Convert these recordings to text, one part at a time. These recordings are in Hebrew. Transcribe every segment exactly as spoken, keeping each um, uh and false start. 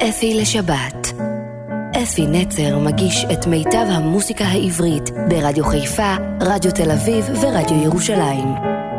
אפי לשבת. אפי נצר מגיש את מיטב המוסיקה העברית ברדיו חיפה, רדיו תל אביב ורדיו ירושלים.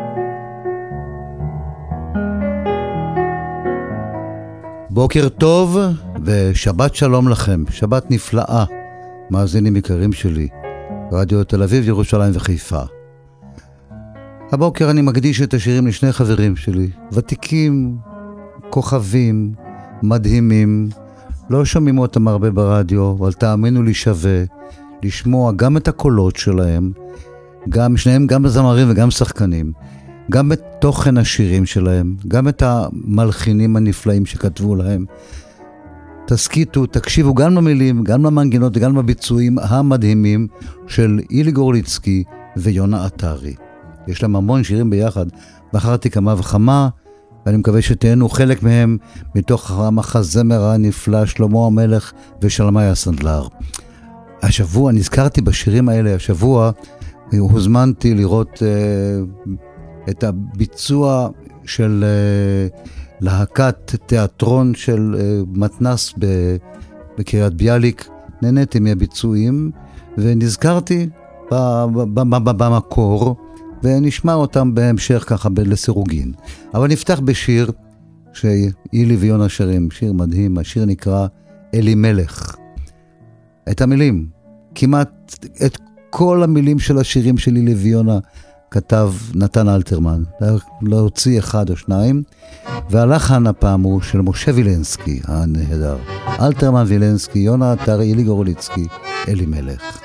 בוקר טוב ושבת שלום לכם, שבת נפלאה, מאזינים יקרים שלי, רדיו תל אביב, ירושלים וחיפה. הבוקר אני מקדיש את השירים לשני חברים שלי, ותיקים, כוכבים, מדהימים, לא שומעים אותם הרבה ברדיו, אבל תאמינו לי שווה לשמוע גם את הקולות שלהם, גם שניהם גם זמרים וגם שחקנים, גם את תוכן השירים שלהם, גם את המלחינים הנפלאים שכתבו להם. תסכיתו, תקשיבו גם למילים, גם למנגינות וגם לביצועים המדהימים של אילי גורליצקי ויונה עטרי. יש להם המון שירים ביחד, בחרתי כמה וכמה, ואני מקווה שתהנו חלק מהם מתוך המחזמר הנפלא שלמה המלך ושלמי הסנדלר. השבוע, נזכרתי בשירים האלה, השבוע הוזמנתי לראות uh, את הביצוע של uh, להקת תיאטרון של uh, מתנס בקריית ביאליק. נהניתי מהביצועים ונזכרתי במקור, ונשמע אותם בהמשך ככה לסירוגין. אבל נפתח בשיר שאילי ויונה שרים, שיר מדהים, השיר נקרא אלימלך. את המילים, כמעט את כל המילים של השירים של אילי ויונה כתב נתן אלתרמן, להוציא אחד או שניים, והלחן הפעם הוא של משה וילנסקי הנהדר. אלתרמן, וילנסקי, יונה עטרי, אילי גורליצקי, אלימלך.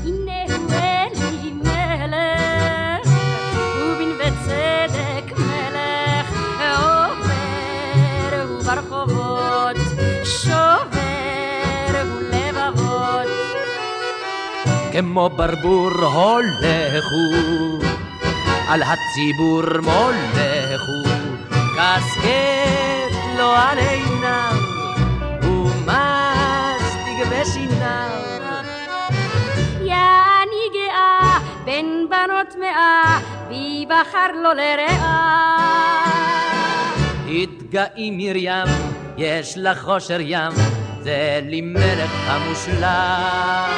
כמו ברבור הולכו, על הציבור מולכו, קסקט לו עליינם, ומסתיג בשינם. יעני גאה בין בנות מאה, בי בחר לו לרעה. התגאי מרים, יש לך חושר ים, זה לי מלך המושלם.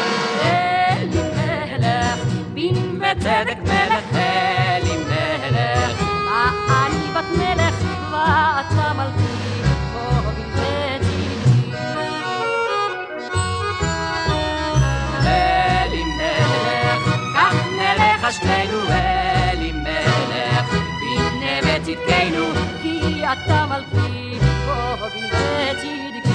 צדק מלך, אלי מלך, אני בת מלך ואתה מלכי, אוהבים ודידי. אלי מלך, כך נלך השנינו, אלי מלך, בנה וצדקנו, כי אתה מלכי, אוהבים ודידי.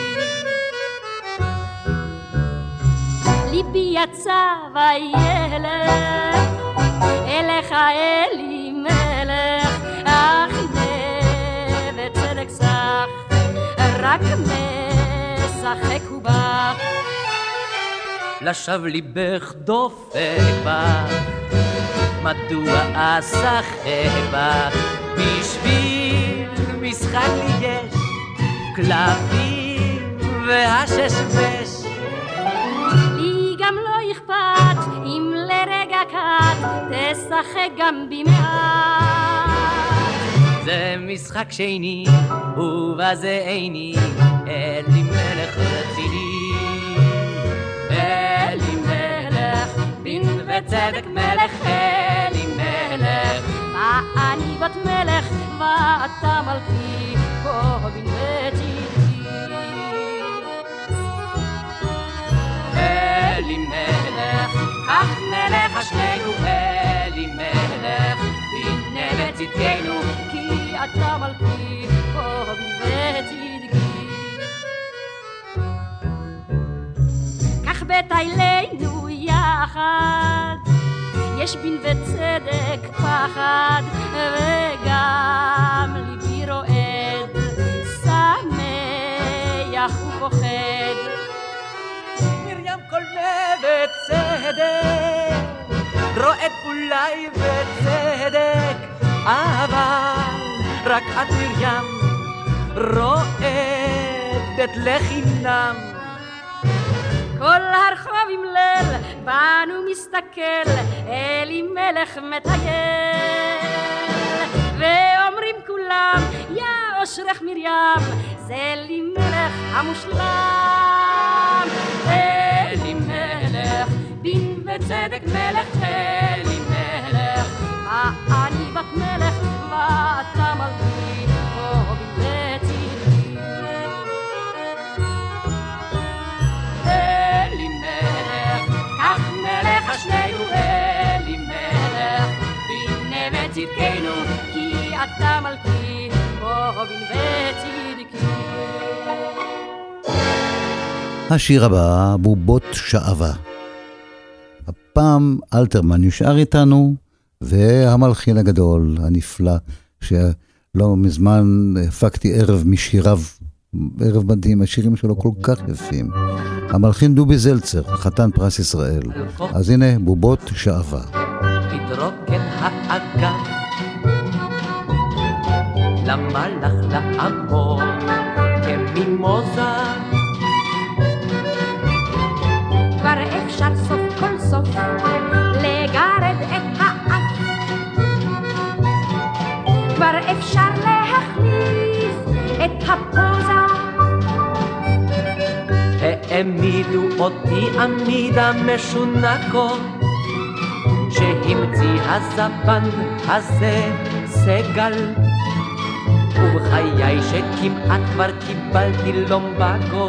ליבי יצא וילך אליך אלי מלך, אך וצדק סך, רק משחק ובך. לשב ליבך דופק בך, מדוע אשחק בך? בשביל משחק לי יש כלבים והששבש. גם לא אכפת אם לרגע קט תשחק גם במעט. זה משחק שני ובזה איני, אלי מלך רציני. אלי מלך, דין וצדק מלך, אלי מלך, אני בת מלך ואתה מלכי, אוהבים וצידי. אלי מלך, כך נלך השנינו, אלי מלך, בנה וצדקנו, כי אתה מלכי, אוהבים וצדקי. כך בתיילנו יחד, יש בין וצדק פחד, וגם ליבי רועד, שמח ופוחד. כל ובצדק, רועד אולי בצדק, אבל רק את מרים רועדת לחינם. כל הרחוב עם ליל, בנו מסתכל, אלי מלך מטייל, ואומרים כולם כולם, יא אושרך מרים, זה לי מלך המושלם. אלי מלך, דין וצדק מלך, אלי מלך, אני בת מלך ואתה מלכי, או בלתי. אלי מלך, כך מלך השנינו, אלי מלך, דין וצדקנו, כי אתה מלכי, או בלתי. השיר הבא, בובות שעבה. הפעם אלתרמן נשאר איתנו, והמלחין הגדול, הנפלא, שלא מזמן הפקתי ערב משיריו, ערב מדהים, השירים שלו כל כך יפים. המלחין דובי זלצר, חתן פרס ישראל. אז הנה, בובות שעבה. תתרוקן האגן, למלך לעמוד, כמימוזה. כבר אפשר סוף כל סוף לגרד את האף, כבר אפשר להחליף את הפוזה. העמידו אותי עמידה משונקו, שהמציא הזבן הזה סגל, ובחיי שכמעט כבר קיבלתי לומבקו,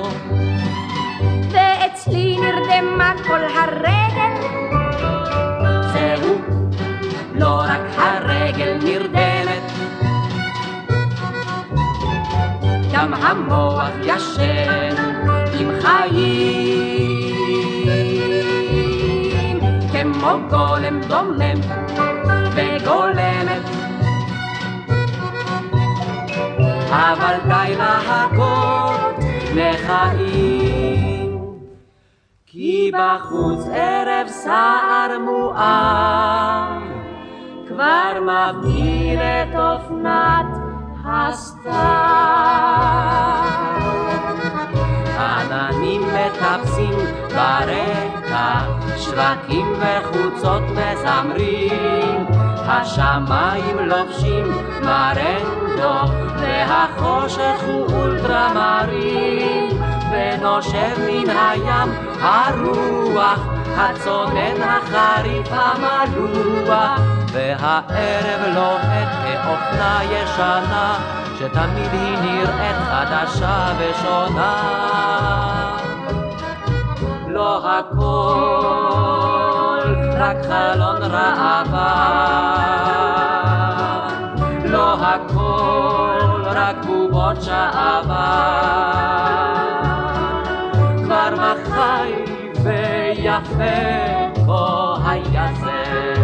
ואצלי נרדמה כל הרגל. זהו, לא רק הרגל נרדמת, גם המוח ישן עם חיים, כמו גולם דומם וגולמת. אבל די להכות לחיים, כי בחוץ ערב סער מואר, כבר מבהיל את אופנת הסתר. עננים מטפסים ברקע, שבטים וחוצות מזמרים, השמיים לובשים מרנדו, והחושך הוא אולטרמרים, ונושב מן הים הרוח, הצונן החריף המלוח, והערב לוהט כאופנה ישנה, שתמיד היא נראית חדשה ושונה. לא הכל רק חלון ראווה, לא הכל רק בובות שעבה, כבר מחי ויפה כה היה זה,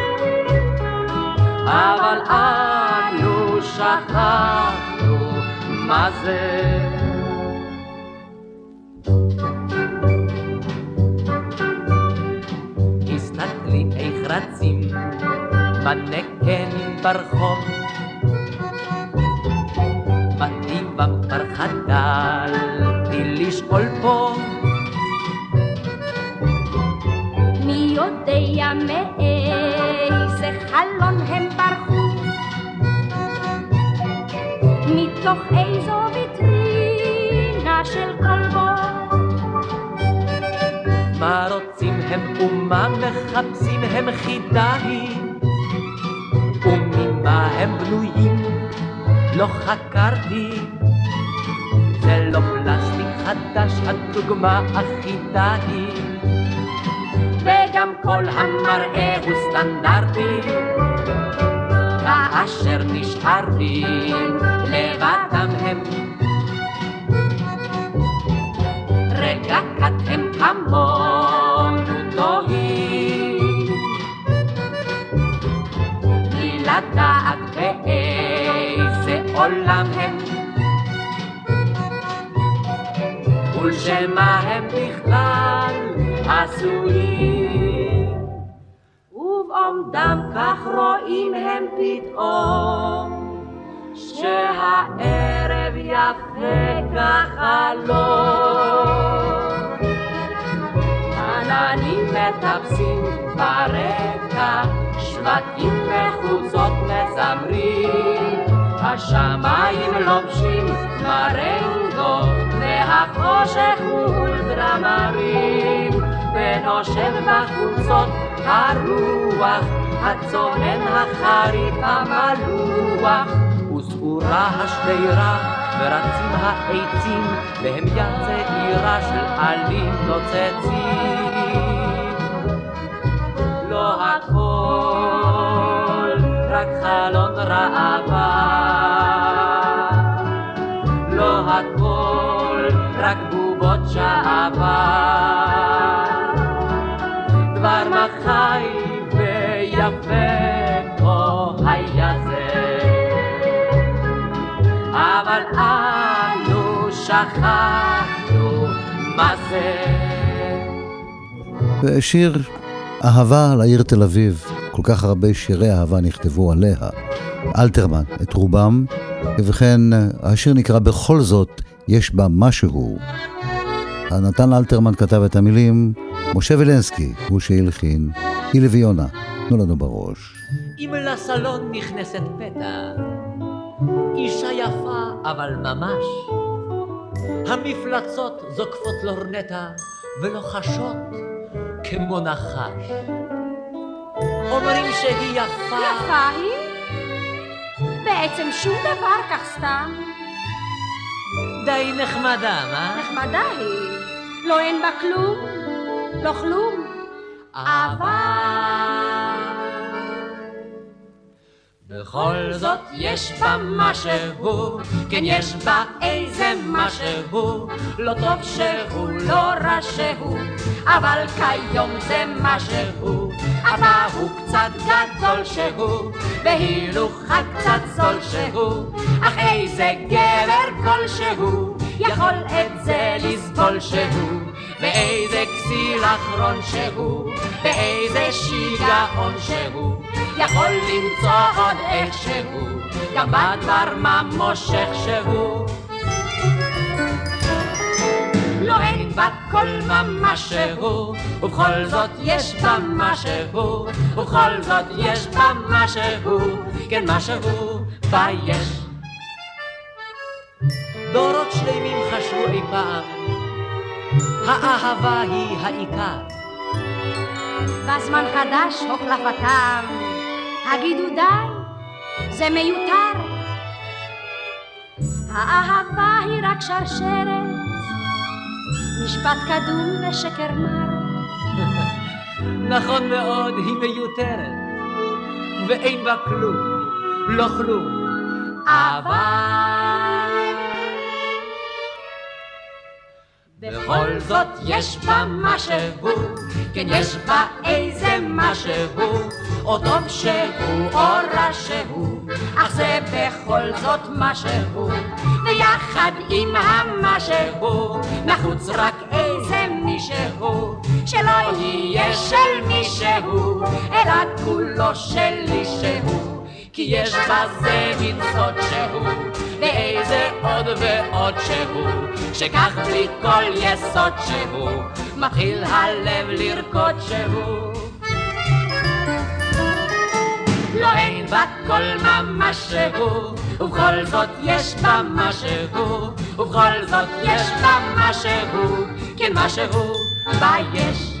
אבל אנו שכחנו מה זה. הסתכלי איך רצים מנקנים ברחוב, מטיבם כבר חדלתי לשאול פה, מי יודע מאיזה חלון הם ברחו, מתוך איזו ויטרינה של כלבו. מה רוצים הם ומה מחפשים הם חידה היא, וממה הם בנויים לא חקרתי, זה לא פלסטיק חדש, הדוגמה אחידה היא, וגם כל המראה הוא סטנדרטי, כאשר נשארתי לבדם הם רגע קטם כמונו תוהים, בלי לדעת באיזה עולם הם ולשמה הם בכלל עשויים, ובעומדם כך רואים הם פתאום שהערב יפה כחלום. עננים מטפסים ברקע, שבטים וחוצות מזמרים, השמיים לובשים מרנגו והחושך הוא דרמרים ונושב בחוצות הרוח הצונן החריף המלוח וסעורה השדירה ורצים העצים והם יצעירה של עלים נוצצים לא הכל רק חלון ראווה לא הכל רק בובות שעבה דבר מחי ויפה או היה זה אבל אנו שכחנו מה זה. ושיר אהבה לעיר תל אביב, כל כך הרבה שירי אהבה נכתבו עליה. אלתרמן, את רובם, ובכן השיר נקרא בכל זאת יש בה משהו. נתן אלתרמן כתב את המילים, משה וילנסקי הוא שהלחין, הילי ויונה, תנו לנו בראש. אם לסלון נכנסת פתע אישה יפה אבל ממש המפלצות זוקפות לורנטה ולוחשות כמו נחש אומרים שהיא יפה יפה היא? בעצם שום דבר כך סתם די נחמדה, מה? נחמדה היא לא אין בה כלום לא כלום אבל בכל זאת יש בה משהו, כן יש בה איזה משהו, לא טוב שהוא, לא רע שהוא, אבל כיום זה משהו, אבא הוא קצת גדול שהוא, והילוכה קצת זול שהוא, אך איזה גבר כלשהו, יכול את זה לסבול שהוא, ואיזה כסיל אחרון שהוא, ואיזה שיגעון שהוא, יכול למצוא עוד איכשהו, גם בדבר מה מושך שהוא. לא אין בה כל ממש שהוא, ובכל זאת יש בה משהו, ובכל זאת יש בה משהו, כן משהו בה יש. דורות שלמים חשבו אי פעם, האהבה היא העיקר. בזמן חדש הוחלפתם, הגידו די, זה מיותר. האהבה היא רק שרשרת, משפט קדום ושקר מר. נכון מאוד, היא מיותרת, ואין בה כלום, לא כלום, אבל בכל זאת יש בה משהו, כן יש בה איזה משהו, או טוב שהוא או רע שהוא, אך זה בכל זאת משהו, ויחד עם המשהו נחוץ רק איזה מישהו, שלא יהיה של מישהו, אלא כולו שלי שהוא, כי יש בזה מין סוד שהוא, ואיזה עוד ועוד שהוא, שכך בלי כל יסוד שהוא, מתחיל הלב לרקוד שהוא. לא אין בה כל ממש שהוא, ובכל זאת יש בה משהו, ובכל זאת יש בה משהו, כן משהו בה יש.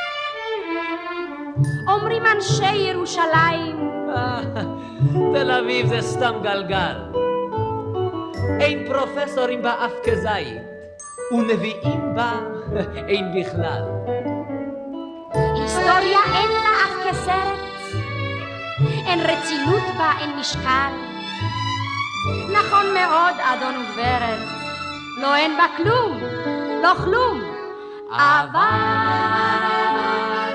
אומרים אנשי ירושלים, תל אביב זה סתם גלגל, אין פרופסורים בה אף כזית, ונביאים בה אין בכלל. היסטוריה אין לה אף כסרט, אין רצינות בה, אין משקל. נכון מאוד אדון וגברת, לא אין בה כלום, לא כלום, אבל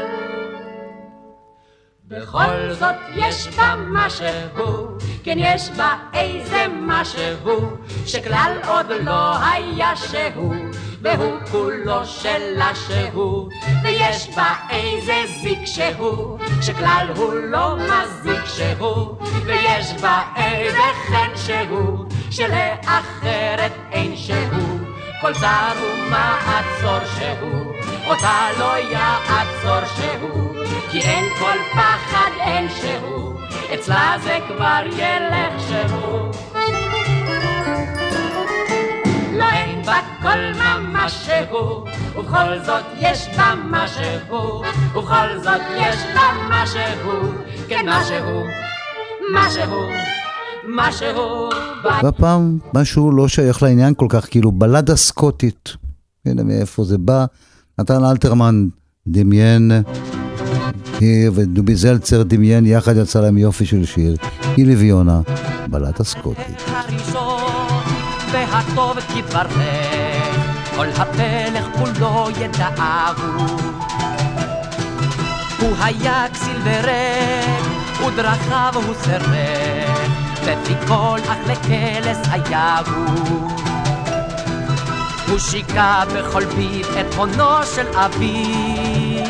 בכל זאת יש בה משהו, כן יש בה איזה משהו, שכלל עוד לא היה שהוא, והוא כולו שלה שהוא, ויש בה איזה זיק שהוא, שכלל הוא לא מזיק שהוא, ויש בה איזה חן שהוא, שלאחרת אין שהוא, כל צר ומעצור שהוא, אותה לא יעצור שהוא, כי אין כל פחד אין שהוא, אצלה זה כבר ילך שהוא. בכל ממש שהוא, ובכל זאת יש בה משהו, ובכל זאת יש בה משהו, כן משהו, משהו, משהו. והפעם משהו לא שייך לעניין כל כך, כאילו בלדה סקוטית, הנה מאיפה זה בא, נתן אלתרמן דמיין, ודובי זלצר דמיין, יחד יצא להם יופי של שיר, אילי ויונה, בלדה סקוטית. הראשון והטוב כדברך, כל הפלך כולו ידעהו, הוא היה כסיל ורק, ודרכיו הוא סרק, בפי כל אך לקלס היה הוא. הוא שיקע בכל פיו את הונו של אביו,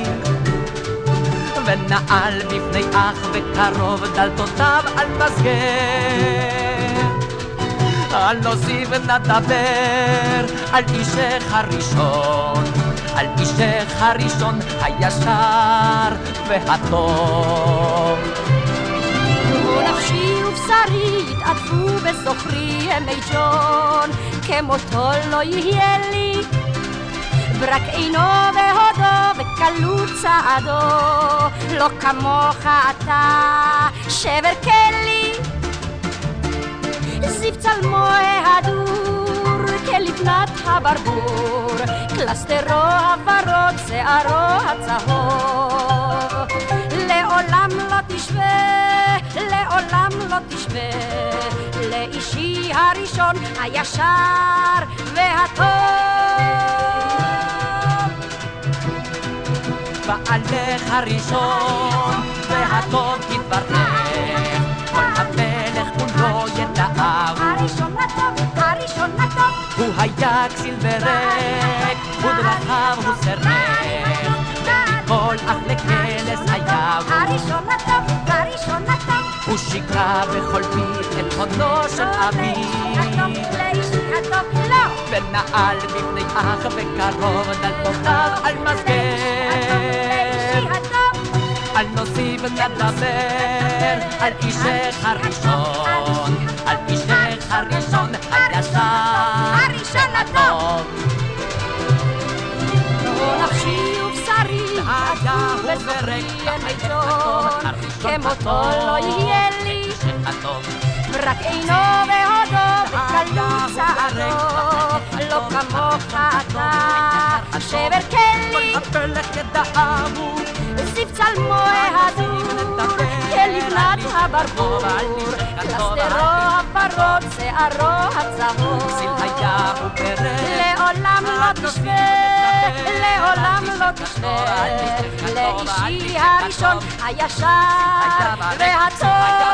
ונעל בפני אח וקרוב דלתותיו על מסגר. אל נוסיף נדבר על אישך הראשון, על אישך הראשון הישר והטוב. ונפשי ובשרי יתעטפו בסוכרי ימי ג'ון, כמותו לא יהיה לי, ברק עינו והודו וקלות צעדו, לא כמוך אתה שבר כלי, זיו צלמו ההדור כלבנת הברבור, קלסטרו הוורוד שערו הצהוב. לעולם לא תשווה, לעולם לא תשווה, לאישי הראשון הישר והטוב. בעלך הראשון והטוב כדברך, כל המלך כולו ידעהו, הראשון הטוב, הראשון הטוב. הוא היה כסיל ורק, ודרכיו הוא סרק, כל אך לקלס היה הוא. הראשון הטוב, הראשון הטוב. הוא שיקע בכל פיו את הונו של אביו, לאישי הטוב לא, ונעל בפני אח וקרוב דלתותיו על מסגר. אל נוסיף נדבר על אישך הראשון, על אישך הראשון הישר, הראשון הטוב. נפשי ובשרי היה הוא ורק, ימי ג'ון, כמותו לא יהיה לי, רק עינו והודו וקלות צעדו, לא כמוך אתה שבר כלי, הפלך ידעהו, זיו צלמו ההדור כלבנת הברבור, קלסטרו הוורוד שערו הצהוב. כסיל היה הוא פרק, לעולם לא תשווה, לעולם לא תשווה, לאישי הראשון הישר והטוב.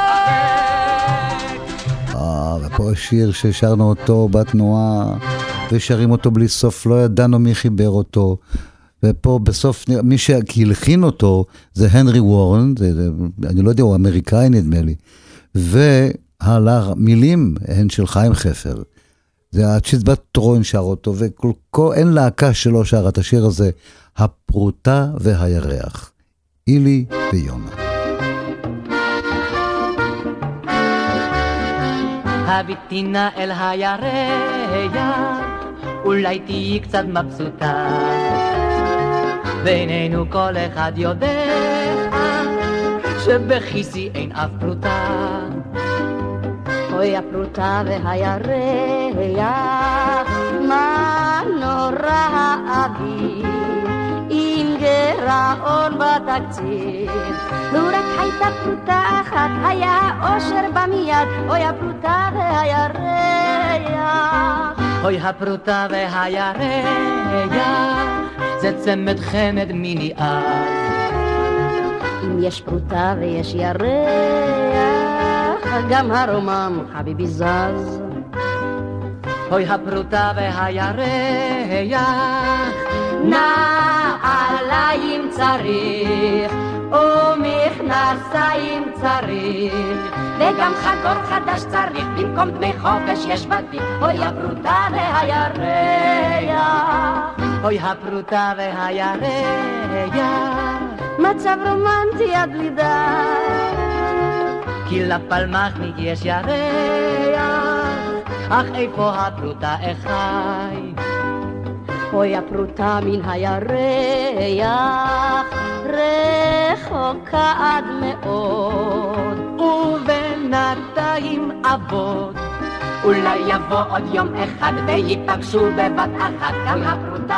אה, ופה שיר ששרנו אותו בתנועה, ושרים אותו בלי סוף, לא ידענו מי חיבר אותו, ופה בסוף מי שהלחין אותו זה הנרי וורן, זה, זה, אני לא יודע, הוא אמריקאי נדמה לי, והמילים הן של חיים חפר, זה הצ'יזבט טרון שר אותו, ואין להקה שלא שר את השיר הזה, הפרוטה והירח, אילי ויונה. הביטינה אל הירח, אולי תהי קצת מבסוטה, בינינו כל אחד יודע שבכיסי אין אף פרוטה. אוי הפרוטה והירח, מה נורא האוויר, עם גרעון בתקציב. לו רק הייתה פרוטה אחת, היה האושר במיד. אוי הפרוטה והירח, אוי הפרוטה והירח, זה צמד חמד מניעה. אם יש פרוטה ויש ירח, גם הרומם חביבי זז. אוי הפרוטה והירח, נעליים צריך ומכנסיים צריך, וגם חגור חדש צריך, במקום דמי חופש יש בתיק. אוי הפרוטה והירח, אוי הפרוטה והירח, מצב רומנטי עד לידה, כי לפלמחניק יש ירח, אך איפה הפרוטה אחי? אוי הפרוטה מן הירח, רחוקה עד מאוד, ובינתיים אבוד. אולי יבוא עוד יום אחד ויפגשו בבת אחת גם הפרוטה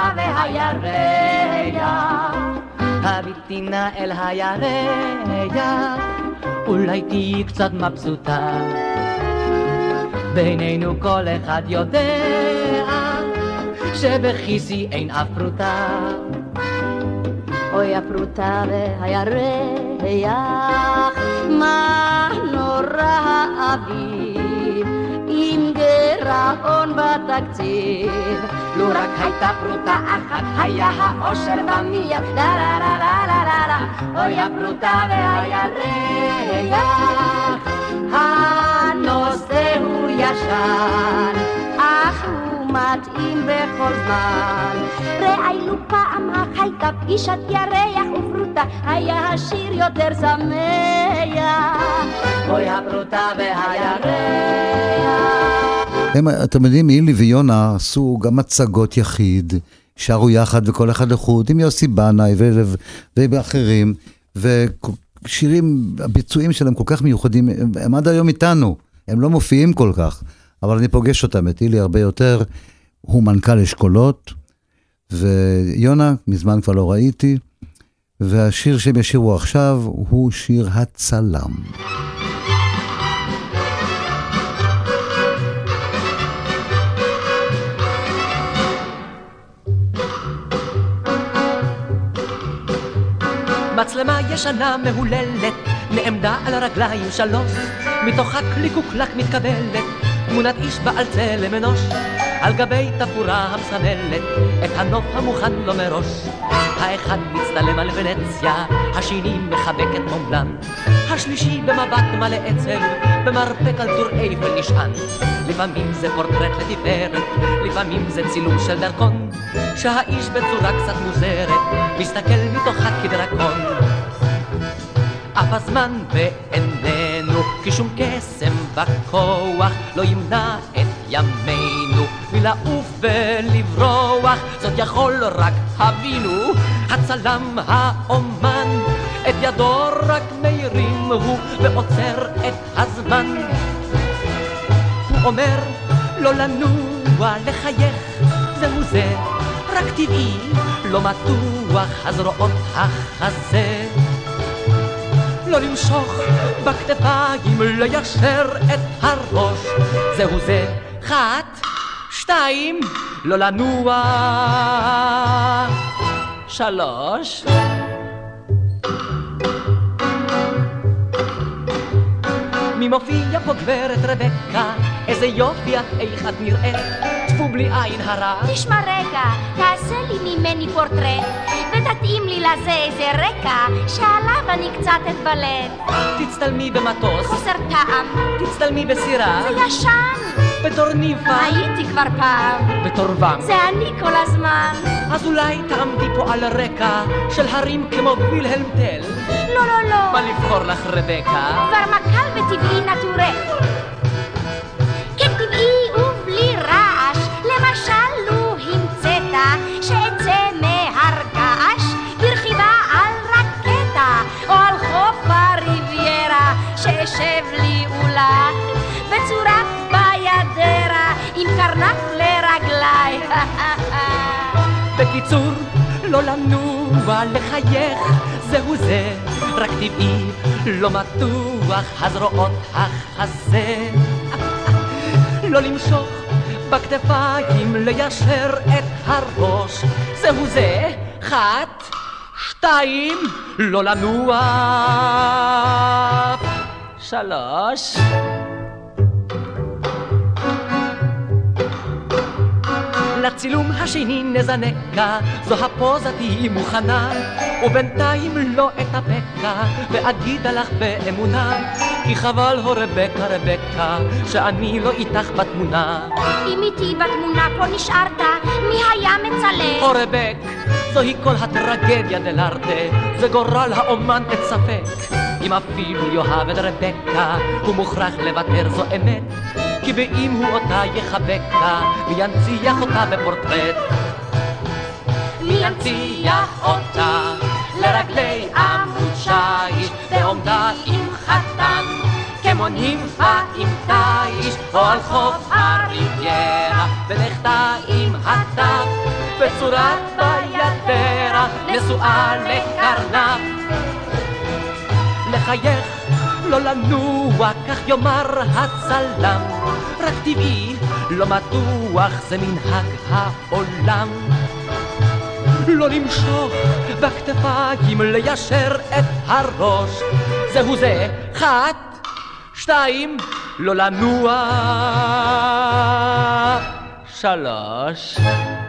והירח. הביטי נא אל הירח, אולי תהיי קצת מבסוטה. בינינו כל אחד יודע שבכיסי אין אף פרוטה. אוי הפרוטה והירח, מה נורא האביב עם גרעון בתקציב. לו רק הייתה פרוטה אחת היה האושר במיד. לה לה לה לה לה לה לה. אוי הפרוטה והירח, הנושא הוא ישן אך הוא מתאים בכל זמן. ראינו פעם הייתה פגישת ירח ופרוטה, היה השיר יותר שמח. אוי הפרוטה והירח. הם, אתם יודעים, אילי ויונה עשו גם מצגות יחיד, שרו יחד וכל אחד לחוד, עם יוסי בנאי ואחרים, ושירים, הביצועים שלהם כל כך מיוחדים, הם, הם עד היום איתנו, הם לא מופיעים כל כך, אבל אני פוגש אותם, את אילי הרבה יותר, הוא מנכ"ל אשכולות, ויונה, מזמן כבר לא ראיתי, והשיר שהם ישירו עכשיו הוא שיר הצלם. מצלמה ישנה מהוללת, נעמדה על הרגליים שלוש, מתוך הקליקוקלק מתקבלת, תמונת איש בעל צלם אנוש, על גבי תפורה המסמלת, את הנוף המוכן לו מראש. האחד מצטלם על ונציה, השני מחבק את מומבלן, השלישי במבט מלא עצב, במרפק על טור אייפל נשען. לפעמים זה פורטרט לתפארת, לפעמים זה צילום של דרכון, שהאיש בצורה קצת מוזרת, מסתכל מתוכה כדרקון. אף הזמן בעינינו, כי שום קסם בכוח לא ימנע את ימינו מלעוף ולברוח. זאת יכול רק הבינו, הצלם האומן, את ידו רק מרים הוא ועוצר את הזמן. הוא אומר לא לנוע, לחייך, זהו זה רק טבעי, לא מתוח הזרועות החזה, לא למשוך בכתפיים, ליישר את הראש, זהו זה אחת, שתיים, לא לנוע, שלוש. מי מופיע פה גברת רבקה, איזה יופי את, איך את נראית, תפו בלי עין הרע. תשמע רגע, תעשה לי ממני פורטרט, ותתאים לי לזה איזה רקע, שעליו אני קצת אתבלט. תצטלמי במטוס, חוסר טעם. תצטלמי בסירה, זה ישן. בתור ניפה, הייתי כבר פעם. בתור ום, זה אני כל הזמן. אז אולי תעמדי פה על רקע של הרים כמו וילהלם טל. לא לא לא, מה לבחור לך רבקה? כבר מקל וטבעי נטורל, כטבעי ובלי רעש. למשל לו המצאת שאצא מהרגש ברכיבה על רקטה, או על חוף הריביירה, שאשב לי אולי בצורת בידרה עם קרנף לרגלי. בקיצור, לא לנוע, לחייך, זהו זה רק טבעי, לא מתוח הזרועות החזה, לא למשוך בכתפיים, ליישר את הראש, זהו זה אחת, שתיים, לא לנוע, שלוש. לצילום השני נזנקה, זו הפוזה תהי מוכנה, ובינתיים לא אתאפקה ואגידה לך באמונה, כי חבל הו רבקה רבקה שאני לא איתך בתמונה. אם איתי בתמונה פה נשארת, מי היה מצלם? הו רבק, זוהי כל הטרגדיה דלארטה, זה גורל האומן את ספק. אם אפילו יאהב את רבקה, הוא מוכרח לוותר, זו אמת, כי באם הוא אותה יחבקה וינציח אותה בפורטרט, מי ינציח אותה לרגלי עמוד שיש בעומדה עם חתן כמו נימפה עם תיש, או על חוף הריביירה ולכתה עם הטף בצורת ביתרה נשואה לקרנף. לחייך לא לנוע כך יאמר הצלם, רק טבעי לא מתוח זה מנהג העולם. לא למשוך בכתפיים ליישר את הראש, זהו זה חת שתיים לא לנוע שלוש.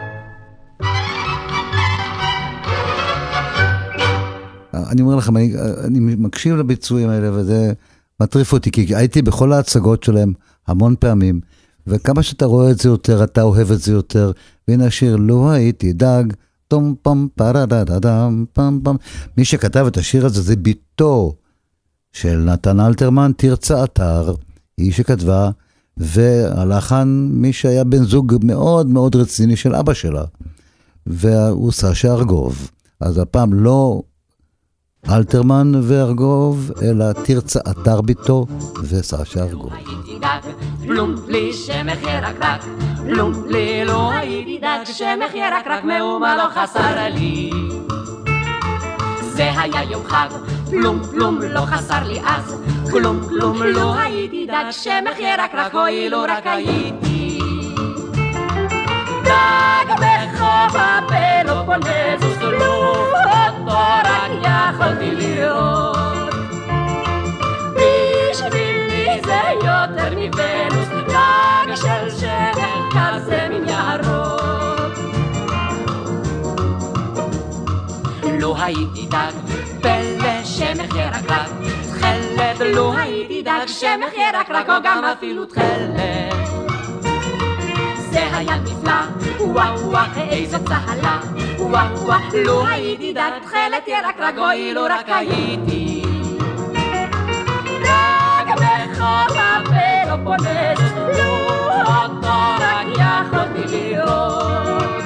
אני אומר לכם, אני, אני מקשיב לביצועים האלה וזה מטריף אותי, כי הייתי בכל ההצגות שלהם המון פעמים, וכמה שאתה רואה את זה יותר, אתה אוהב את זה יותר. והנה השיר, לא הייתי דג, טום פם פרדדדם פם פם. מי שכתב את השיר הזה זה ביתו של נתן אלתרמן, תרצה אתר, היא שכתבה, והלחן מי שהיה בן זוג מאוד מאוד רציני של אבא שלה, והוא סשה ארגוב. אז הפעם לא אלתרמן וארגוב, אלא תרצה אתר ביתו וסשה ארגוב. פלום לי שמח ירקרק, פלום לי לא הייתי דג, שמח ירקרק מאומה לא חסר לי. זה היה יום חג, פלום פלום לא חסר לי אז, כלום כלום לא הייתי דג, שמח ירקרק אוי לא רק הייתי דג בחוף הפלופונזוס, לא אותו רק יכולתי לראות. בשבילי זה יותר מוונוס, דג של שמח כזה מן ירוק. לא הייתי דג פלא שמח ירקרק, תחלת לא הייתי דג שמח ירקרק, או גם אפילו תחלת. זה היה נפלא, וואו וואו איזו צהלה, וואו וואו לא הייתי דג תחלת ירקרק, אוי לא רק הייתי דג בחוף הפלופונזוס, לא אותו רק יכולתי לראות.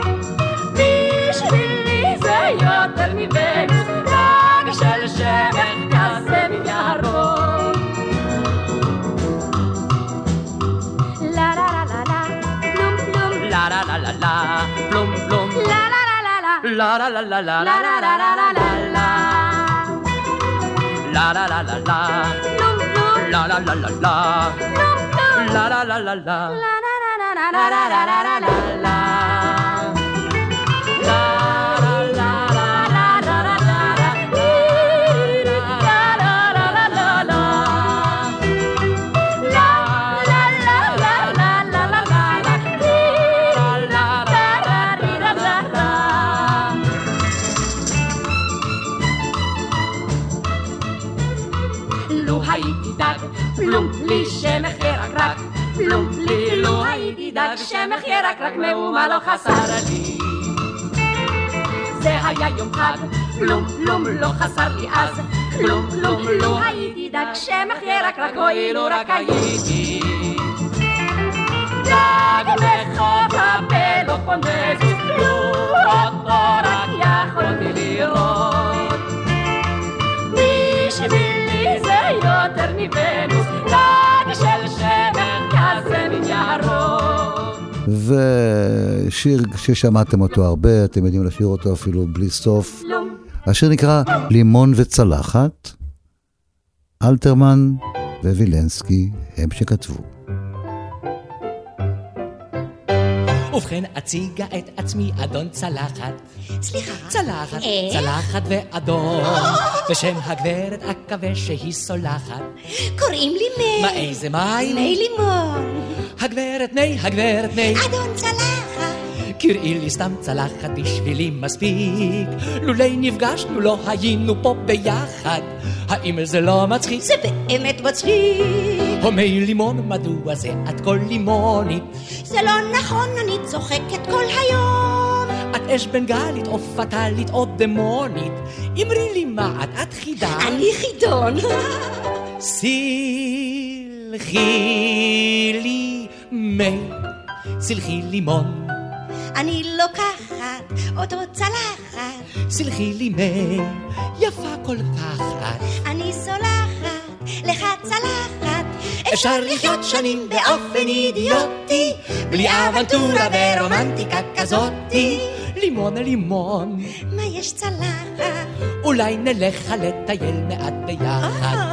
בשבילי זה יותר מוונוס, דג של שמח כזה מן ירוק. לה לה לה לה לה פלום פלום, לה לה לה לה לה פלום פלום, לה לה לה לה לה לה לה לה לה לה לה לה לה לה לה לה לה לה פלום פלום, לה לה לה לה לה פלום פלום, לה לה לה לה לה לה לה לה לה לה לה לה. פלום לי שמח ירקרק, פלום לי לא הייתי דג, שמח ירקרק מאומה לא חסר לי. זה היה יום חג, פלום פלום לא חסר לי אז, כלום כלום לא הייתי דג, שמח ירקרק אוי לא רק הייתי דג בחוף הפלופונזוס, לא אותו רק יכולתי לראות. בשבילי זה יותר מוונוס, דג של שמח כזה מן ירוק. ושיר ששמעתם אותו הרבה, אתם יודעים לשיר אותו אפילו בלי סוף. השיר נקרא לימון וצלחת, אלתרמן ווילנסקי הם שכתבו. ובכן אציגה את עצמי אדון צלחת. סליחה? צלחת, איך? צלחת ואדון, ושם הגברת אקווה שהיא סולחת. קוראים לי מי. מה איזה מים? מי לימון. הגברת מי, הגברת מי. אדון צלחת. קראי לי סתם צלחת בשבילי מספיק, לולי נפגשנו לא היינו פה ביחד. האם זה לא מצחיק? זה באמת מצחיק. או מי לימון, מדוע זה את כל לימונית? זה לא נכון, אני צוחקת כל היום. את אש בנגלית או פטלית או דמונית, אמרי לי מה את, את חידה? אני חידון. סילגי סלחי לי מי, סלחי לימון. אני לוקחת אותו צלחת. סלחי לי מי, יפה כל כך את. אני סולחת לך צלחת. אפשר לחיות שנים באופן אידיוטי, בלי אבנטורה ורומנטיקה כזאתי. לימון לימון, מה יש צלחת? אולי נלך לטייל מעט ביחד.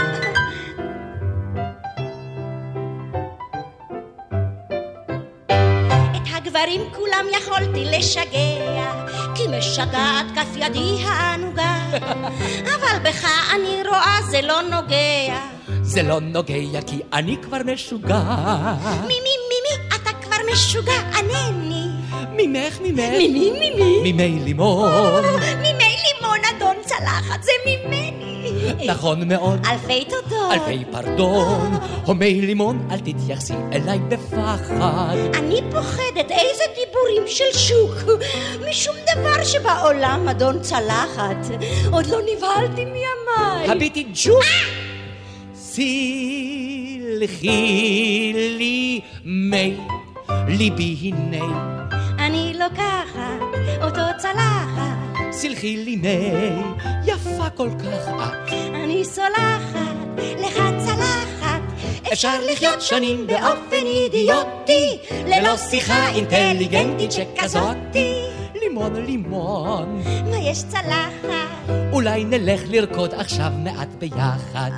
הגברים כולם יכולתי לשגע, כי משגעת כף ידי הענוגה. אבל בך אני רואה זה לא נוגע. זה לא נוגע כי אני כבר משוגע. מי מי מי מי אתה כבר משוגע ענני. ממך ממך ממי ממי ממי לימון. ממי לימון אדון צלחת זה ממני. נכון מאוד. אלפי תודות. אלפי פרדון. הומי לימון אל תתייחסי אליי בפחד. אני פוחדת איזה דיבורים של שוק, משום דבר שבעולם אדון צלחת. עוד לא נבהלתי מימיי. הביטי ג'וק. סלחי לי מי, ליבי הנה. אני לוקחת אותו צלחת. סלחי לי מי, יפה כל כך את. אני סולחת לך צלחת. אפשר לחיות שנים באופן אידיוטי, ללא שיחה אינטליגנטית שכזאתי. לימון לימון, מה יש צלחת? אולי נלך לרקוד עכשיו מעט ביחד.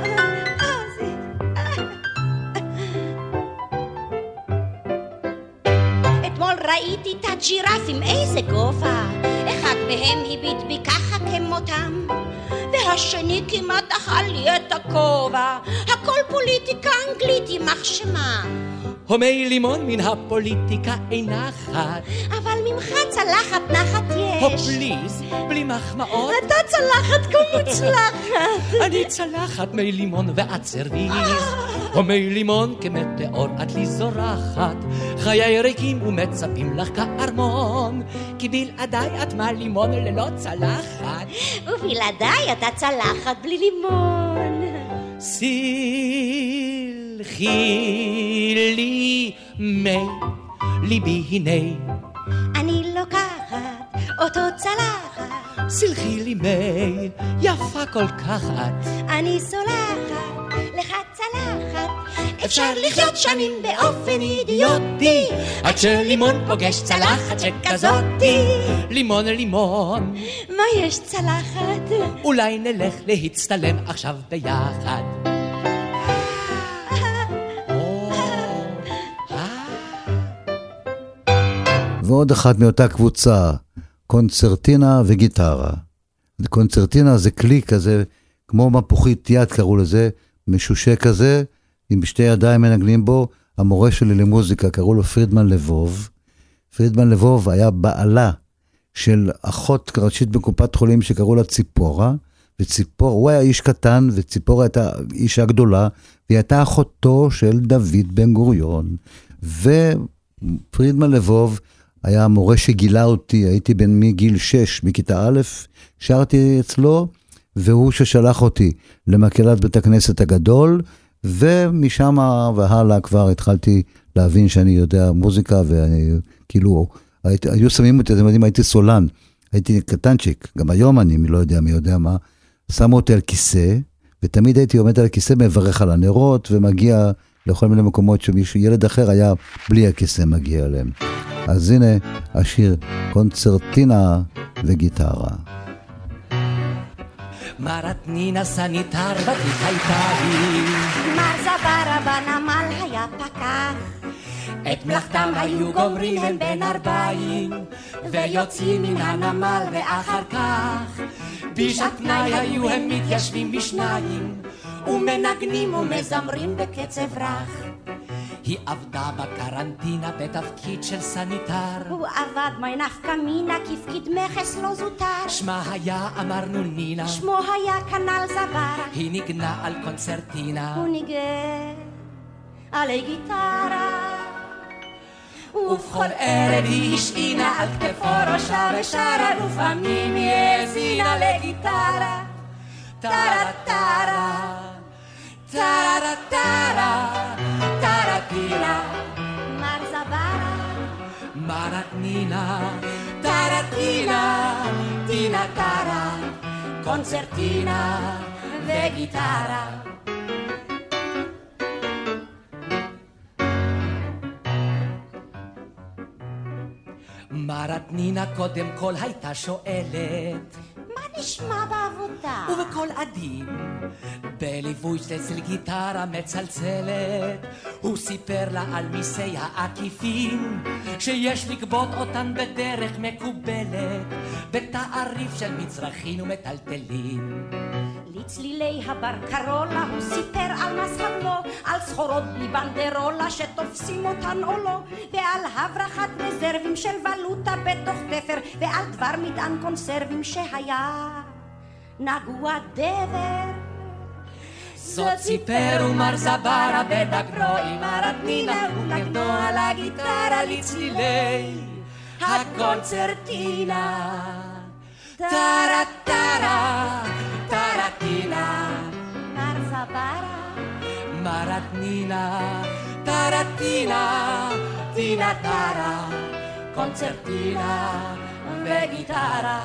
אתמול ראיתי את הג'ירפים איזה גובה, אחד מהם הביט בי ככה כמותם, והשני כמעט אכל לי את הכובע. הכל פוליטיקה אנגלית יימח שמה. הומי לימון מן הפוליטיקה אינה חד, אבל ממך צלחת נחת יש. הו פליז, בלי מחמאות. אתה צלחת כה מוצלחת. אני צלחת מי לימון ואת סרוויז. הומי לימון כמטאור את לי זורחת, חיי ריקים ומצפים לך כארמון, כי בלעדיי את מה לימון ללא צלחת. ובלעדיי אתה צלחת בלי לימון. סלחי לי מי, ליבי הנה. אני לוקחת אותו צלחת. סלחי לי מי, יפה כל כך את. אני סולחת לך צלחת. אפשר לחיות שנים באופן אידיוטי, עד שלימון פוגש צלחת שכזאתי. לימון לימון, מה יש צלחת? אולי נלך להצטלם עכשיו ביחד. ועוד אחת מאותה קבוצה, קונצרטינה וגיטרה. קונצרטינה זה כלי כזה, כמו מפוחית יד קראו לזה, משושה כזה, עם בשתי ידיים מנגנים בו. המורה שלי למוזיקה קראו לו פרידמן לבוב. פרידמן לבוב היה בעלה של אחות ראשית בקופת חולים שקראו לה ציפורה, וציפור, הוא היה איש קטן, וציפורה הייתה אישה גדולה, והיא הייתה אחותו של דוד בן גוריון. ופרידמן לבוב היה המורה שגילה אותי, הייתי בן מגיל שש, מכיתה א', שרתי אצלו, והוא ששלח אותי למקהלת בית הכנסת הגדול, ומשם והלאה כבר התחלתי להבין שאני יודע מוזיקה, ואני כאילו, היית, היו שמים אותי, אתם יודעים, הייתי סולן, הייתי קטנצ'יק, גם היום אני לא יודע מי יודע מה, שמו אותי על כיסא, ותמיד הייתי עומד על הכיסא, מברך על הנרות, ומגיע לכל מיני מקומות שמישהו, ילד אחר היה בלי הכיסא מגיע אליהם. אז הנה השיר קונצרטינה וגיטרה. מרתנינה סניטר בתיק הייתה היא, מר זברה בנמל היה פקח. את מלאכתם היו גומרים הם בין ארבעים, ויוצאים מן הנמל ואחר כך בשעת פנאי היו הם מתיישבים בשניים, ומנגנים ומזמרים בקצב רך. היא עבדה בקרנטינה בתפקיד של סניטר, הוא עבד מי נפקא מינה כפקיד מכס לא זוטר. שמה היה אמרנו נינה, שמו היה כנל זברה. היא ניגנה על קונצרטינה, הוא ניגן עלי גיטרה, ובכל ערב היא השעינה על כתפו ראשה ושרה, ופעמים היא האזינה לגיטרה. טרה טרה טרה טרה, טרה טינה, מרזברה, מרתנינה, טרה טינה, טינה טרה, קונצרטינה וגיטרה. מרתנינה קודם כל הייתה שואלת מה נשמע בעבודה? ובקול עדין בליווי של גיטרה מצלצלת הוא סיפר לה על מיסי העקיפין שיש לגבות אותן בדרך מקובלת בתעריף של מצרכים ומטלטלים. לצלילי הבר קרולה הוא סיפר על מס הבלו, על סחורות בלי בנדרולה שתופסים אותן או לא, ועל הברחת רזרבים של ולוטה בתוך תפר, ועל דבר מטען קונסרבים שהיה נגוע דבר. זאת סיפר ומר זברה בדגרו עם מרתנינה ונגנו על הגיטרה לצלילי הקונצרטינה. טרה טרה טרטינה מרזברה מרתנינה טרטינה טינה טרה קונצרטינה וגיטרה.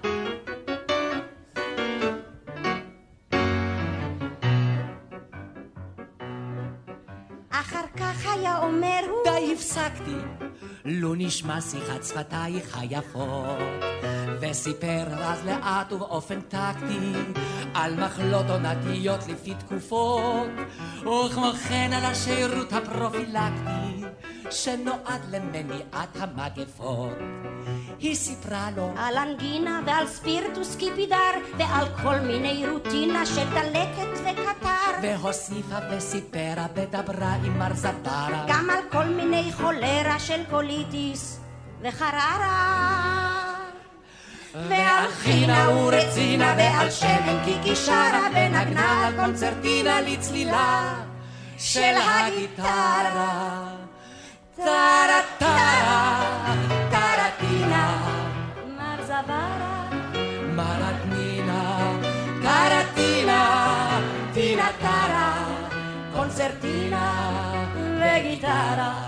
אחר כך היה אומר הוא די הפסקתי לא נשמע שיחת שפתייך היפות וסיפר אז לאט ובאופן טקטי על מחלות עונתיות לפי תקופות וכמו כן על השירות הפרופילקטי שנועד למניעת המגפות. היא סיפרה לו על אנגינה ועל ספירטוס קיפידר ועל כל מיני רוטינה של דלקת וקטר והוסיפה וסיפרה ודברה עם מר זברה גם על כל מיני חולרה של קוליטיס וחררה ועל חינה ורצינה ועל שמן קיקי שרה ונגנה על קונצרטינה לצלילה של הגיטרה. טרה טרה טרטינה מרזברה מרתנינה טרטינה טינה טרה קונצרטינה וגיטרה.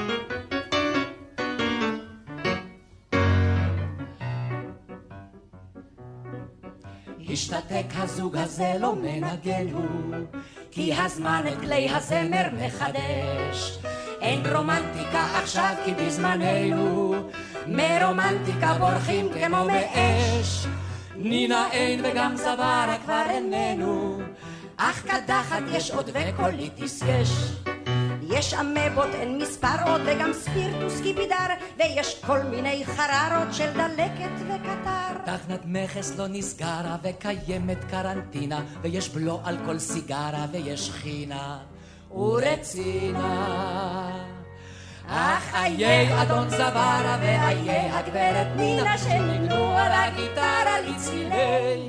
השתתק הזוג הזה לא מנגן הוא כי הזמן את כלי הזמר מחדש. אין רומנטיקה עכשיו כי בזמננו מרומנטיקה בורחים כמו מאש. נינה אין וגם זברה כבר איננו אך קדחת יש עוד וקוליטיס יש. יש אמבות אין מספר עוד וגם ספירטוס קיפידר ויש כל מיני חררות של דלקת וקטר. תחנת מכס לא נסגרה וקיימת קרנטינה ויש בלו על כל סיגרה ויש חינה ורצינה. אך איי אדון זברה ואיי הגברת נינה שניגנו על הגיטרה לצלילי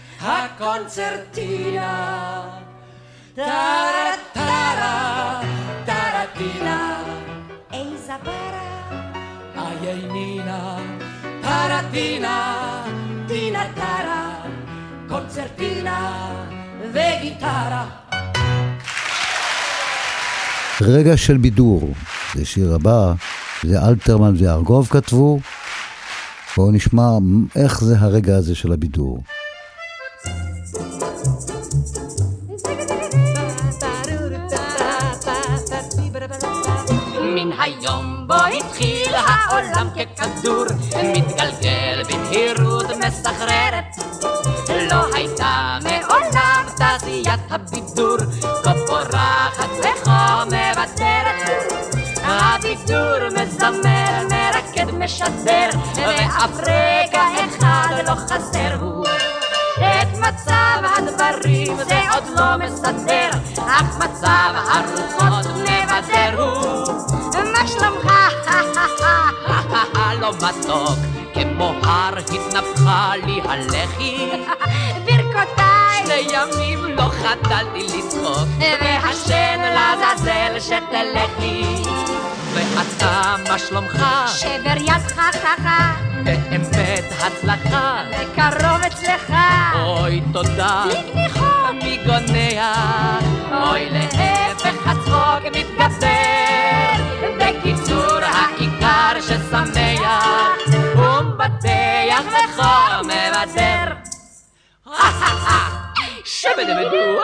הקונצרטינה. טרה טרה טרטינה איי זברה איי נינה טרטינה טינה טרה קונצרטינה וגיטרה. רגע של בידור, זה שיר הבא, זה אלתרמן וארגוב כתבו. בואו נשמע איך זה הרגע הזה של הבידור. מן היום בו התחיל העולם ככדור מתגלגל במהירות מסחררת לא הייתה מעולם תעשיית הבידור כה פורחת וכה מבדרת. הבידור מזמר מרקד משדר ואף רגע אחד לא חסר הוא. את מצב הדברים זה עוד לא מסדר אך מצב הרוחות מבדר הוא. מה שלומך? לא מתוק כמו הר התנפחה לי הלחי ברכותיי שני ימים לא חדלתי לצחוק והשן לעזאזל שתלכי. ואתה מה שלומך? שבר ידך חכה באמת הצלחה וקרוב אצלך אוי תודה לגניחות מי גונח אוי להפך הצחוק מתגבר, בקיצור העיקר ששמח ומבטח וחום מבדר. שבדבדו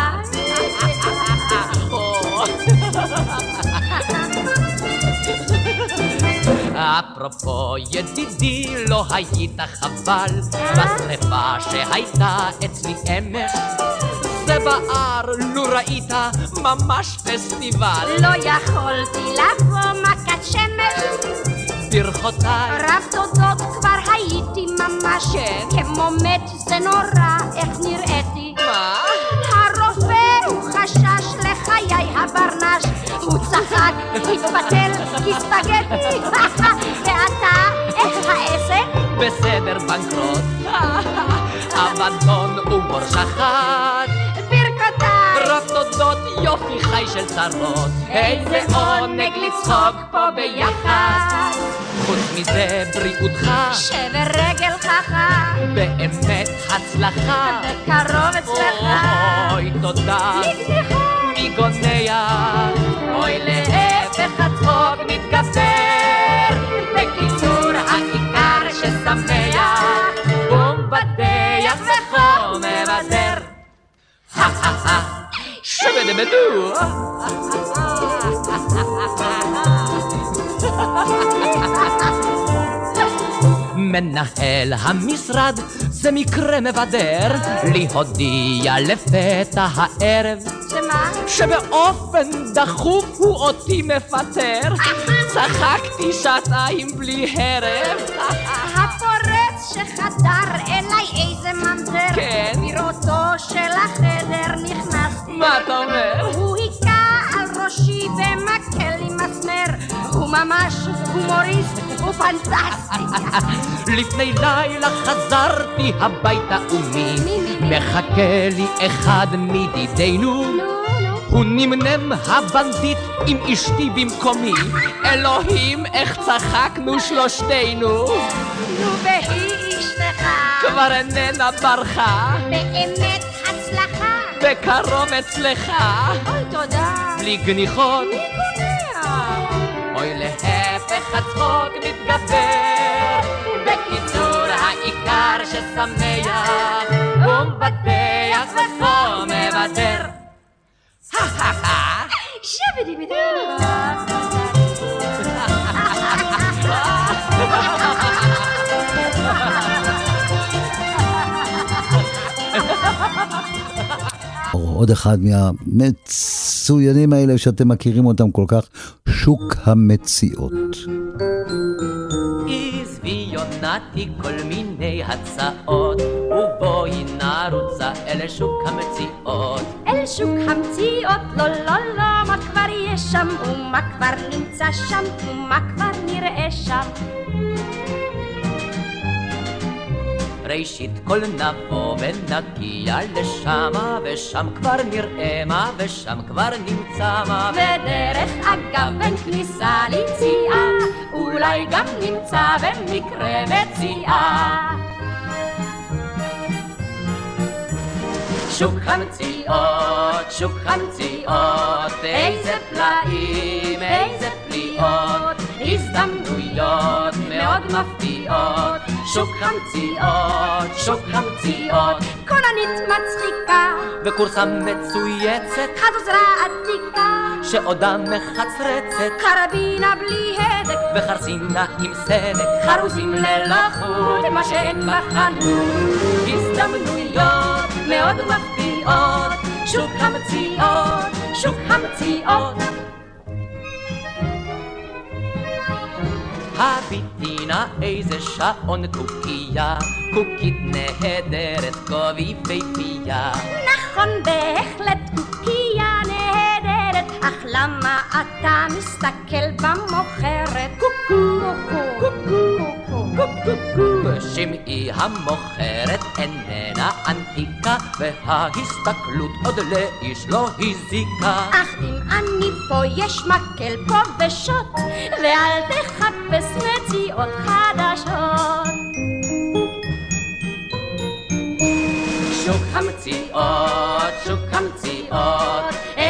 אפרופו ידידי, לא היית חבל בשרפה שהייתה אצלי אמש, זה בער, לו ראית ממש פסטיבל. לא יכולתי לבוא מכת שמש, ברכותיי רב תודות כבר הייתי ממש, כמו מת זה נורא איך נראיתי. מה? הרופא הוא חשש לחיי הברנש, הוא צחק, התפתל, הסתגרתי. ואתה, איך העסק? בסדר בנקרוט, אבדון ובור שחט, ברכותיי רב תודות יופי חי של צרות, איזה עונג לצחוק פה ביחד. חוץ מזה בריאותך, שבר רגל חכה, באמת הצלחה, בקרוב אצלך. אוי תודה נגדך מי גונח, אוי להפך הצחוק מתגבר, בקיצור העיקר ששמח ומבטח וחום מבדר. שבדבדו מנהל המשרד, זה מקרה מבדר, לי הודיע לפתע הערב שמה? שבאופן דחוף הוא אותי מפטר. צחקתי שעתיים בלי הרב. הפורץ שחדר אליי איזה ממזר, כן? בראותו של החדר נכנסתי. מה אתה אומר? הוא היכה על ראשי ומקל עם מסמר, הוא ממש הומוריסט ופנטסטי. לפני לילה חזרתי הביתה ומי מחכה לי אחד מדידינו, הוא נמנם הבנדיט עם אשתי במקומי, אלוהים איך צחקנו שלושתנו. נו והיא אשתך כבר איננה ברחה, באמת הצלחה, בקרוב אצלך, אוי תודה, בלי גניחות, מי קונע? אוי להפך הצחוק מתגבר, בקיצור העיקר ששמח ומבטח וחום מבדר. שבדיבידו עוד אחד מהמצוינים האלה שאתם מכירים אותם כל כך, שוק המציאות. עזבי יונתי כל מיני הצעות, ובואי נרוצה אל שוק המציאות. אל שוק המציאות, לא לא לא, מה כבר יש שם ומה כבר נמצא שם ומה כבר נראה שם. ראשית כל נבוא ונגיע לשמה, ושם כבר נראה מה ושם כבר נמצא מה, ודרך אגב בין כניסה ליציאה אולי גם נמצא במקרה מציאה. שוק המציאות, שוק המציאות, איזה פלאים, איזה פליאות, הזדמנויות מאוד מפתיעות. שוק המציאות, שוק המציאות, קוננית מצחיקה וקורסה מצויצת, חזוזרה עתיקה שעודה מחצרצת, קרבינה בלי הדק וחרסינה עם סדק, חרוזים ללא חוט, מה שאין בחנות. הזדמנויות מאוד מפתיעות, שוק המציאות, שוק המציאות. הביטינה איזה שעון קוקייה, קוקית נהדרת כובי ויפייה. נכון בהחלט קוקייה נהדרת, אך למה אתה מסתכל במוכרת? קוקו קוקו קוקו. שמעי המוכרת איננה ענתיקה, וההסתכלות עוד לאיש לא הזיקה. אך אם אני פה יש מקל פה ושוט, ואל תחפש מציאות חדשות. שוק המציאות, שוק המציאות,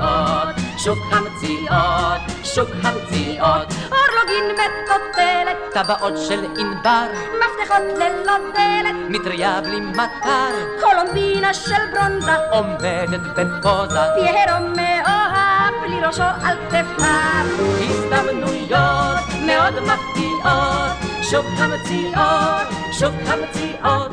המציאות, שוק המציאות, שוק המציאות. אורלוגין מטוטלת, טבעות של ענבר, מפתחות ללא דלת, מטריה בלי מטר, קולומבינה של ברונזה, עומדת בפוזה, פיירו מאוהב, בלי ראשו על כתפיו. הזדמנויות מאוד מפתיעות, שוק המציאות, שוק המציאות.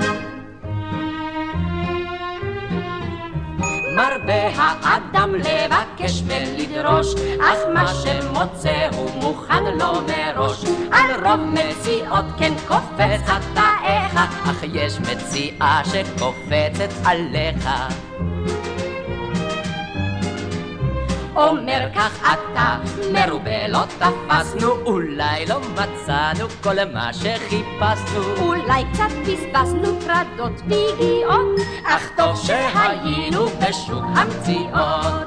מרבה האדם לבקש ולדרוש, אך מה שמוצא הוא מוכן לו מראש. על רוב מציאות כן קופץ חטאיך, אך יש מציאה שקופצת עליך. אומר כך אתה, מרובה לא תפסנו, אולי לא מצאנו כל מה שחיפשנו, אולי קצת בזבזנו פרדות והגיעות, אך טוב שהיינו בשוק המציאות.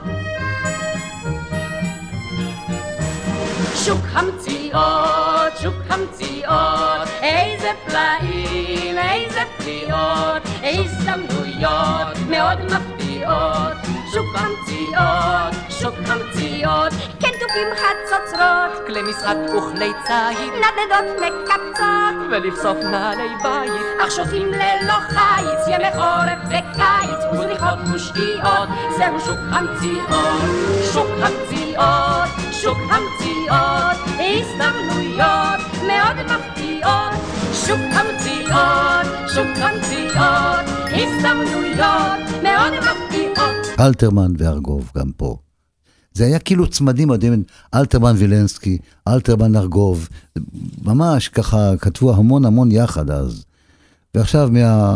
שוק המציאות, שוק המציאות, איזה פלאים, איזה פליאות, הזדמנויות מאוד מפתיעות. שוק המציאות, שוק המציאות, כן תופים חצוצרות, כלי משחק וכלי ציד, נדדות מקפצות, ולבסוף נעלי בית, אך שוטים ללא חיץ, ימי חורף וקיץ, וזריחות ושקיעות, זהו שוק המציאות. שוק המציאות, שוק המציאות, הזדמנויות מאוד מפתיעות. שוק המציאות, שוק המציאות, הזדמנויות מאוד מפתיעות. אלתרמן וארגוב גם פה. זה היה כאילו צמדים מדהים, אלתרמן וילנסקי, אלתרמן ארגוב, ממש ככה כתבו המון המון יחד אז. ועכשיו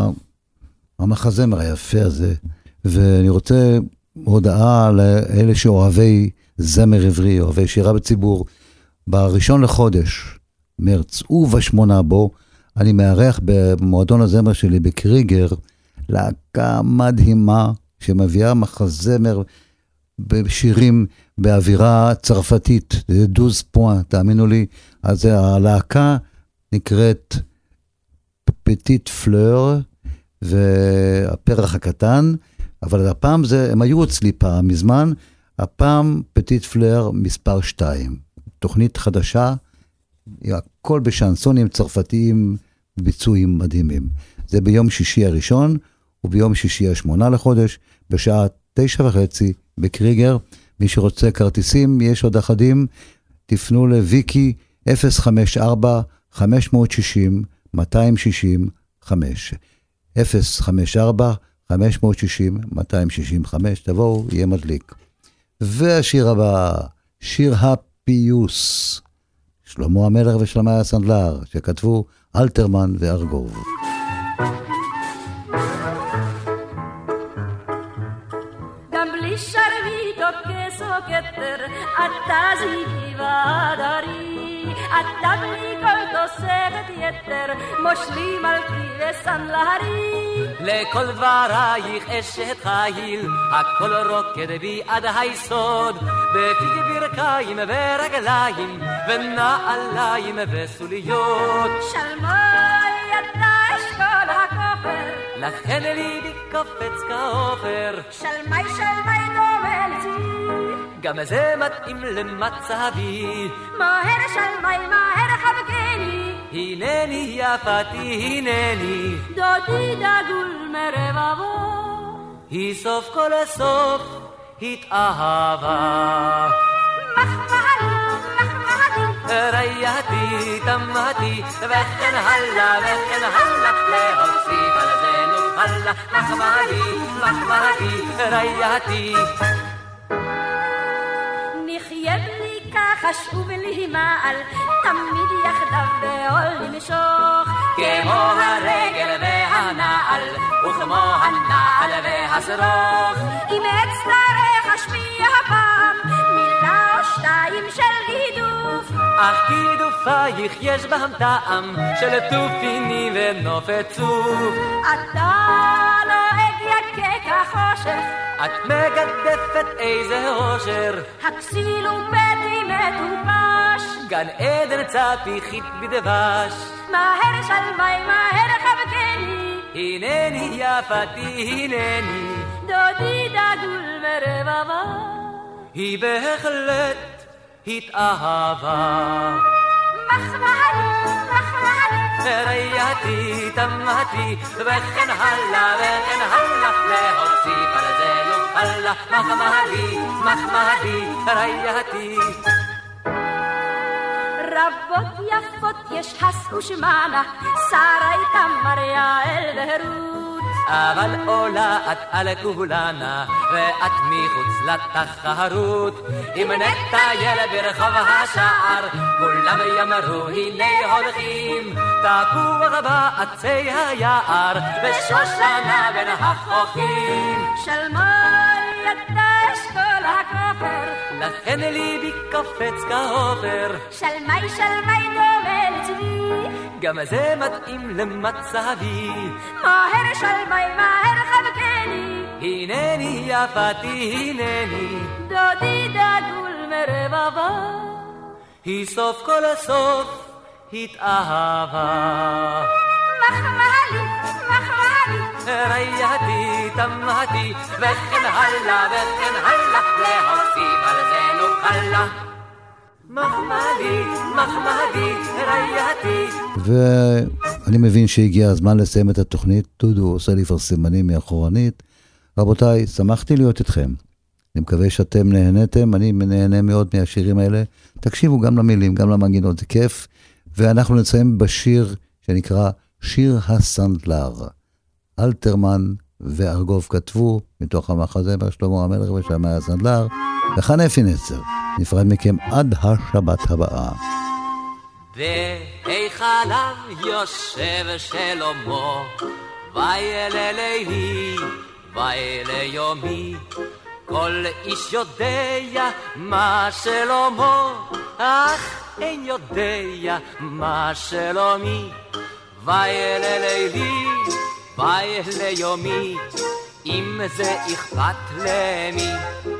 מהמחזמר היפה הזה, ואני רוצה הודעה לאלה שאוהבי זמר עברי, אוהבי שירה בציבור, בראשון לחודש, מרץ ובשמונה בו, אני מארח במועדון הזמר שלי בקריגר, להקה מדהימה, שמביאה מחזמר בשירים באווירה צרפתית, זה דוז פוין, תאמינו לי. אז הלהקה נקראת פטיט פלור, והפרח הקטן, אבל הפעם זה, הם היו אצלי פעם מזמן, הפעם פטיט פלור מספר שתיים, תוכנית חדשה, הכל בשנסונים צרפתיים, ביצועים מדהימים. זה ביום שישי הראשון, וביום שישי השמונה לחודש, בשעה תשע וחצי בקריגר. מי שרוצה כרטיסים, יש עוד אחדים, תפנו לוויקי אפס חמש ארבע חמש שש אפס שתיים שש חמש אפס חמש ארבע חמש שש אפס שתיים שש חמש, תבואו, יהיה מדליק. והשיר הבא, שיר הפיוס, שלמה המלך ושלמה הסנדלר, שכתבו אלתרמן וארגוב. כתר, אתה זיבי ועדרי, אתה בלי כל תוספת יתר, מושלים על פי וסנלרי. לכל דברייך אשת חיל, הכל רוקד בי עד היסוד, בפיק ברכיים ורגליים, ונעליים וסוליות. שלמי אתה אשכול הכופר, לכן ליבי קופץ כעופר. שלמי שלמי דומה לצי, גם זה מתאים למצבי. מהר שלמי, מהר חבקני, הנני יפתי, הנני דודי דגול מרבבו, היא סוף כל הסוף התאהבה. מחמדי, מחמדי, רייתי, תמתי, וכן הלאה, וכן הלאה, להוסיף על זה נוכל. מחמדי, מחמדי, רייתי. נחיה בלי ככה שוב בלי מעל, תמיד יחדיו ועול למשוך, כמו הרגל והנעל, וכמו הנעל והשרוך. אם אצטרך אשמיע הפעם מילה או שתיים של גידוף, אך גידופייך יש בהם טעם של תופיני ונופת צוף. אתה נוהג יקק החושך, את מגדפת איזה אושר, הכסיל ובטי מטופש, גן עדן צפיחית בדבש. מהר שלמי, מהר חבקני, הנני יפתי, הנני דודי דגול מרבבה, היא בהחלט התאהבה. מחמדי, מחמדי, רעייתי, תמתי, וכן הלאה, וכן הלאה, להוסיף על זה יוכל לה. מחמדי, מחמדי, רעייתי. רבות יפות יש הס ושמנה, שרה תמר יעל ורות. אבל עולה את על כולנה, ואת מחוץ לתחרות. אם נטייל ברחוב השער, כולם יאמרו הנה הולכים. תפוח בעצי היער, ושושנה בין החוכים. שלמי ידש כל הכופר, לכן ליבי קופץ כעופר. שלמי שלמי דומה לצבי, גם זה מתאים למצבי. מהר שלמי מהר חבקני, הנני יפתי הנני, דודי דגול מרבבה. היא סוף כל הסוף התאהבה. מחמלי, מחמלי, רעייתי, תמתי, וכן הלאה, וכן הלאה, להוסיף על זה נוכל לה. מחמדי, מחמדי, רעייתי. ואני מבין שהגיע הזמן לסיים את התוכנית. דודו עושה לי פרסמנים מאחורנית. רבותיי, שמחתי להיות איתכם. אני מקווה שאתם נהנתם, אני נהנה מאוד מהשירים האלה. תקשיבו גם למילים, גם למנגינות, זה כיף. ואנחנו נציין בשיר שנקרא שיר הסנדלר. אלתרמן וארגוב כתבו מתוך המחזמר שלמה המלך ושמאי הסנדלר. וכאן אפי נצר, נפרד מכם עד השבת הבאה. בהיכליו יושב שלמה, ויללילי וליומי. כל איש יודע מה שלמה, אך אין יודע מה שלומי. ויללילי וליומי, אם זה אכפת למי.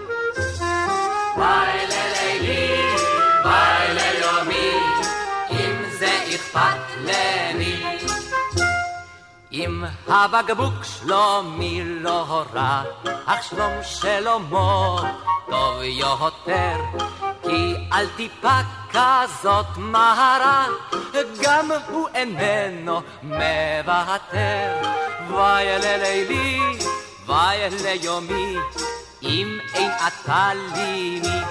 ויללילי וליומי, אם זה אכפת למי. אם הבקבוק שלומי לא רע, אך שלום שלמה טוב יותר. כי על טיפה כזאת מהרה, גם הוא איננו מוותר. ויללילי וליומי, אם אין אתה לי מי.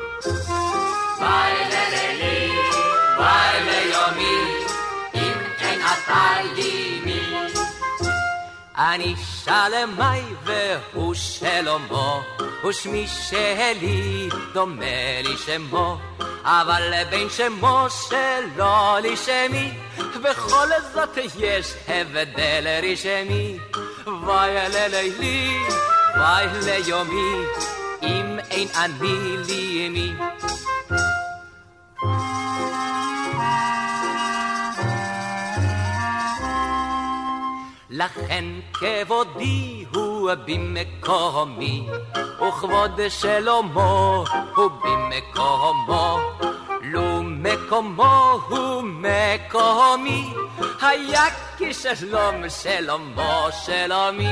ויללילי וליומי, אם אין אתה לי מי. אני שלמי והוא שלמה, ושמי שלי דומה לי שמו. אבל בין שמו שלו לי שמי, בכל זאת יש הבדל רשמי. ויללילי וליומי, אם אין אני לי מי. לכן כבודי הוא במקומי, וכבוד שלמה הוא במקומו. לו מקומו הוא מקומי, היה כשלום שלמה שלומי.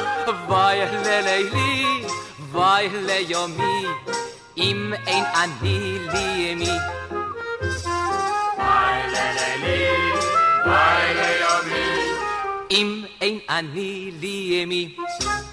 ויללילי וליומי, אם אין אני לי מי. ויללילי וליומי, אם אין אני לי מי.